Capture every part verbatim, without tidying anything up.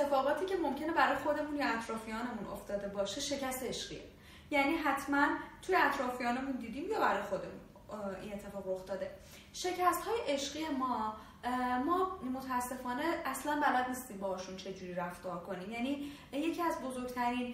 اتفاقاتی که ممکنه برای خودمون یا اطرافیانمون افتاده باشه شکست عشقیه. یعنی حتما توی اطرافیانمون دیدیم یا برای خودمون این اتفاق رخ داده. شکست های عشقی ما ما متاسفانه اصلا بلد نیستیم باشون چجوری رفتار کنیم. یعنی یکی از بزرگترین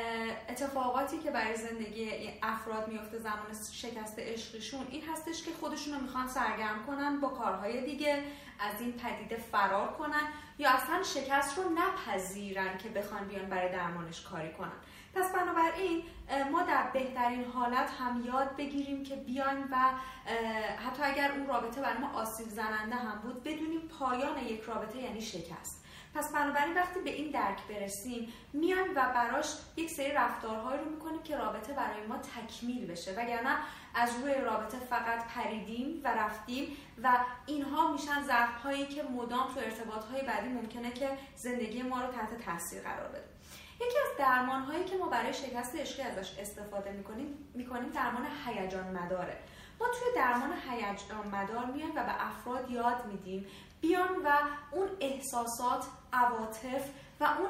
اتفاقاتی که برای زندگی افراد میفته زمان شکست عشقیشون این هستش که خودشون رو میخوان سرگرم کنن با کارهای دیگه، از این پدیده فرار کنن یا اصلا شکست رو نپذیرن که بخوان بیان برای درمانش کاری کنن. پس بنابراین ما در بهترین حالت هم یاد بگیریم که بیایم و حتی اگر اون رابطه برای ما آسیب زننده هم بود بدونیم پایان یک رابطه یعنی شکست. پس بنابراین وقتی به این درک برسیم میایم و براش یک سری رفتارهایی رو میکنیم که رابطه برای ما تکمیل بشه، وگرنه از روی رابطه فقط پریدیم و رفتیم و اینها میشن ضعف‌هایی که مدام تو ارتباط‌های بعدی ممکنه که زندگی ما رو تحت تاثیر قرار بده. یکی از درمان‌هایی که ما برای شکست عشقی ازش استفاده می‌کنیم می‌کنیم درمان هیجان مداره. ما توی درمان هیجان مدار میایم و به افراد یاد میدیم بیان و اون احساسات، عواطف و اون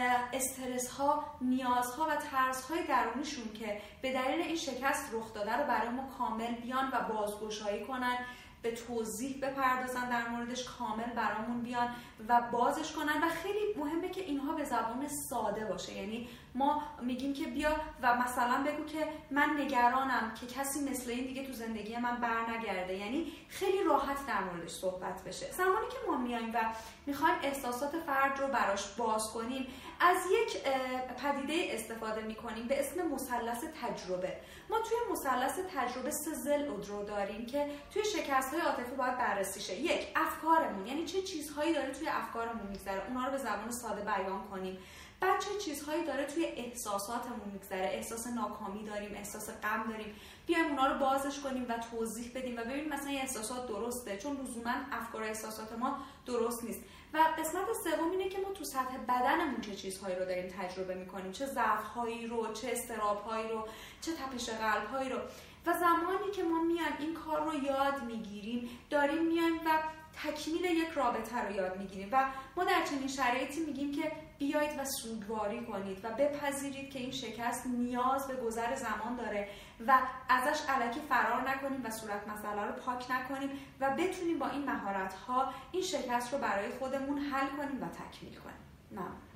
استرس ها، نیازها و ترس‌های درونیشون که به دلیل این شکست رخ داده رو برای ما کامل بیان و بازگشایی کنن، به توضیح بپردازن در موردش، کامل برامون بیان و بازش کنن. و خیلی مهمه که اینها به زبان ساده باشه. یعنی ما میگیم که بیا و مثلا بگو که من نگرانم که کسی مثل این دیگه تو زندگی من برنگرده. یعنی خیلی راحت در موردش صحبت بشه. زمانی که ما میایم و میخوایم احساسات فرد رو براش باز کنیم، از یک پدیده استفاده میکنیم به اسم مثلث تجربه. ما توی مثلث تجربه سه ضلع رو داریم که توی شکست‌های عاطفی باید بررسی شه. یک، افکارمون، یعنی چه چیزهایی داره توی افکارمون میگذره، اونها رو به زبان ساده بیان کنیم. بعد چه چیزهایی داره توی احساساتمون میگذره، احساس ناکامی داریم، احساس غم داریم، بیایم اونا رو بازش کنیم و توضیح بدیم و ببینیم مثلا این احساسات درسته، چون لزوما افکار و احساسات ما درست نیست. و قسمت سوم اینه که ما تو سطح بدنمون چه چیزهایی رو داریم تجربه میکنیم، چه ضعف‌هایی رو، چه اضطراب‌هایی رو، چه تپش قلب‌هایی رو. و زمانی که ما میایم این کار رو یاد میگیریم، داریم میایم و تکمیل یک رابطه رو یاد میگیریم. و ما در چنین شرایطی میگیم که بیایید و سوگواری کنید و بپذیرید که این شکست نیاز به گذر زمان داره و ازش الکی فرار نکنیم و صورت مسئله رو پاک نکنیم و بتونیم با این مهارت‌ها این شکست رو برای خودمون حل کنیم و تکمیل کنیم. ممنون.